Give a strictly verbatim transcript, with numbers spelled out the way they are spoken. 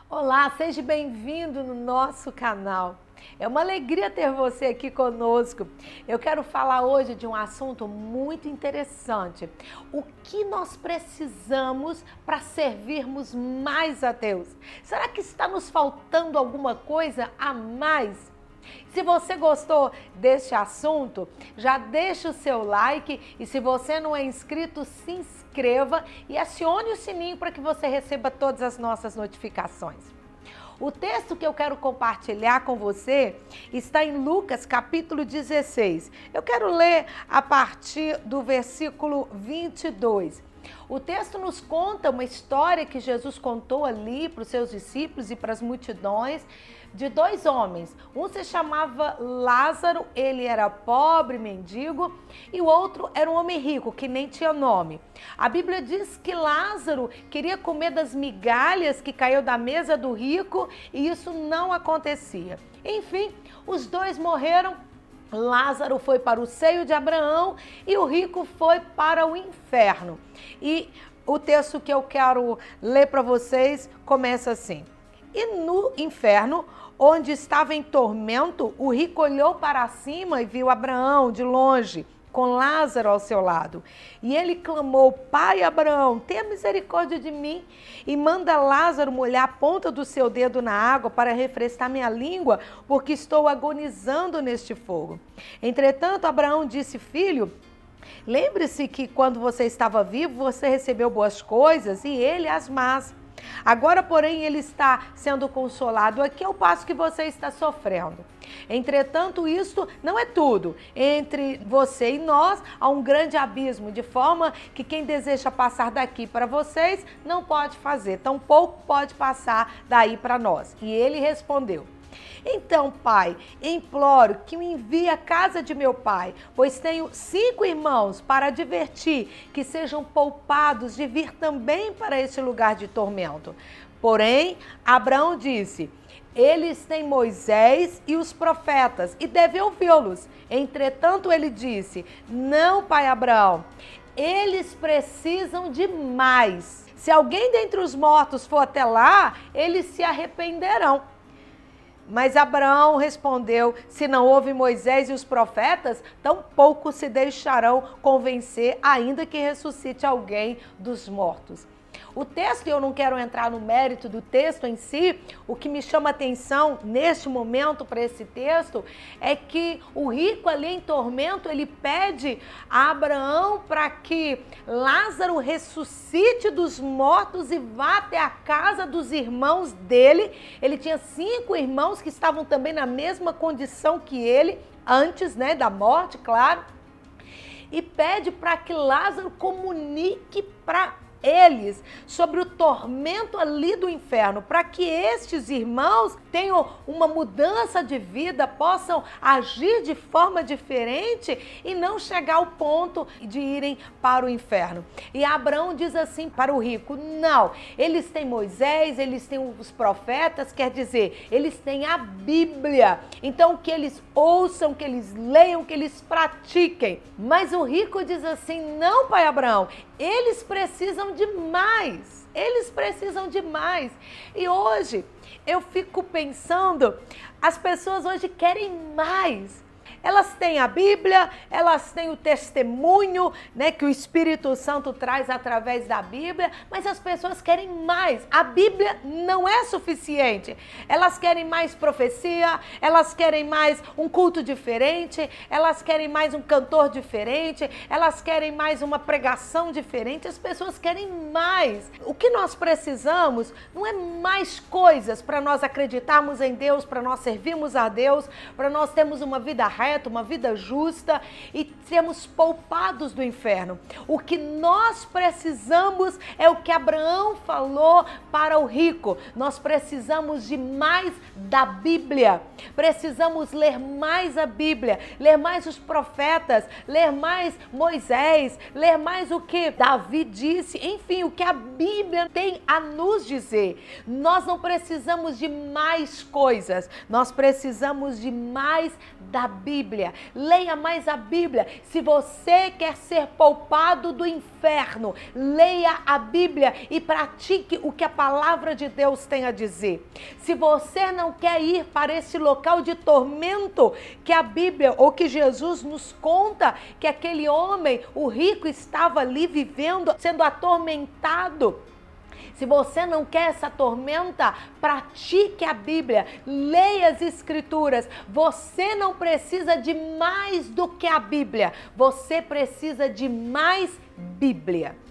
Olá, seja bem-vindo no nosso canal. É uma alegria ter você aqui conosco. Eu quero falar hoje de um assunto muito interessante. O que nós precisamos para servirmos mais a Deus? Será que está nos faltando alguma coisa a mais? Se você gostou deste assunto, já deixa o seu like e se você não é inscrito, se inscreva e acione o sininho para que você receba todas as nossas notificações. O texto que eu quero compartilhar com você está em Lucas capítulo dezesseis. Eu quero ler a partir do versículo vinte e dois. O texto nos conta uma história que Jesus contou ali para os seus discípulos e para as multidões de dois homens. Um se chamava Lázaro, ele era pobre, mendigo, e o outro era um homem rico, que nem tinha nome. A Bíblia diz que Lázaro queria comer das migalhas que caiu da mesa do rico e isso não acontecia. Enfim, os dois morreram. Lázaro foi para o seio de Abraão e o rico foi para o inferno. E o texto que eu quero ler para vocês começa assim. E no inferno, onde estava em tormento, o rico olhou para cima e viu Abraão de longe, com Lázaro ao seu lado. E ele clamou: Pai Abraão, tenha misericórdia de mim e manda Lázaro molhar a ponta do seu dedo na água para refrescar minha língua, porque estou agonizando neste fogo. Entretanto, Abraão disse: Filho, lembre-se que quando você estava vivo, você recebeu boas coisas e ele as más. Agora, porém, ele está sendo consolado aqui ao passo que você está sofrendo. Entretanto, isto não é tudo. Entre você e nós há um grande abismo, de forma que quem deseja passar daqui para vocês não pode fazer, tampouco pode passar daí para nós. E ele respondeu: Então, pai, imploro que me envie à casa de meu pai, pois tenho cinco irmãos, para advertir que sejam poupados de vir também para este lugar de tormento. Porém, Abraão disse: Eles têm Moisés e os profetas e devem ouvi-los. Entretanto, ele disse: Não, pai Abraão, eles precisam de mais. Se alguém dentre os mortos for até lá, eles se arrependerão. Mas Abraão respondeu: se não houve Moisés e os profetas, tampouco se deixarão convencer, ainda que ressuscite alguém dos mortos. O texto, eu não quero entrar no mérito do texto em si, o que me chama atenção neste momento para esse texto é que o rico ali em tormento, ele pede a Abraão para que Lázaro ressuscite dos mortos e vá até a casa dos irmãos dele. Ele tinha cinco irmãos que estavam também na mesma condição que ele, antes, né, da morte, claro, e pede para que Lázaro comunique para eles sobre o tormento ali do inferno, para que estes irmãos tenham uma mudança de vida, possam agir de forma diferente e não chegar ao ponto de irem para o inferno. E Abraão diz assim para o rico: não, eles têm Moisés, eles têm os profetas, quer dizer, eles têm a Bíblia, então que eles ouçam, que eles leiam, que eles pratiquem. Mas o rico diz assim: não, pai Abraão, eles precisam de mais, eles precisam de mais. E hoje eu fico pensando, as pessoas hoje querem mais. Elas têm a Bíblia, elas têm o testemunho, né, que o Espírito Santo traz através da Bíblia, mas as pessoas querem mais. A Bíblia não é suficiente. Elas querem mais profecia, elas querem mais um culto diferente, elas querem mais um cantor diferente, elas querem mais uma pregação diferente. As pessoas querem mais. O que nós precisamos não é mais coisas para nós acreditarmos em Deus, para nós servirmos a Deus, para nós termos uma vida reta, uma vida justa e sermos poupados do inferno. O que nós precisamos é o que Abraão falou para o rico. Nós precisamos de mais da Bíblia. Precisamos ler mais a Bíblia, ler mais os profetas, ler mais Moisés, ler mais o que Davi disse, enfim, o que a Bíblia tem a nos dizer. Nós não precisamos de mais coisas, nós precisamos de mais da Bíblia. Bíblia, leia mais a Bíblia. Se você quer ser poupado do inferno, leia a Bíblia e pratique o que a palavra de Deus tem a dizer. Se você não quer ir para esse local de tormento que a Bíblia ou que Jesus nos conta que aquele homem, o rico, estava ali vivendo, sendo atormentado. Se você não quer essa tormenta, pratique a Bíblia, leia as Escrituras. Você não precisa de mais do que a Bíblia, você precisa de mais Bíblia.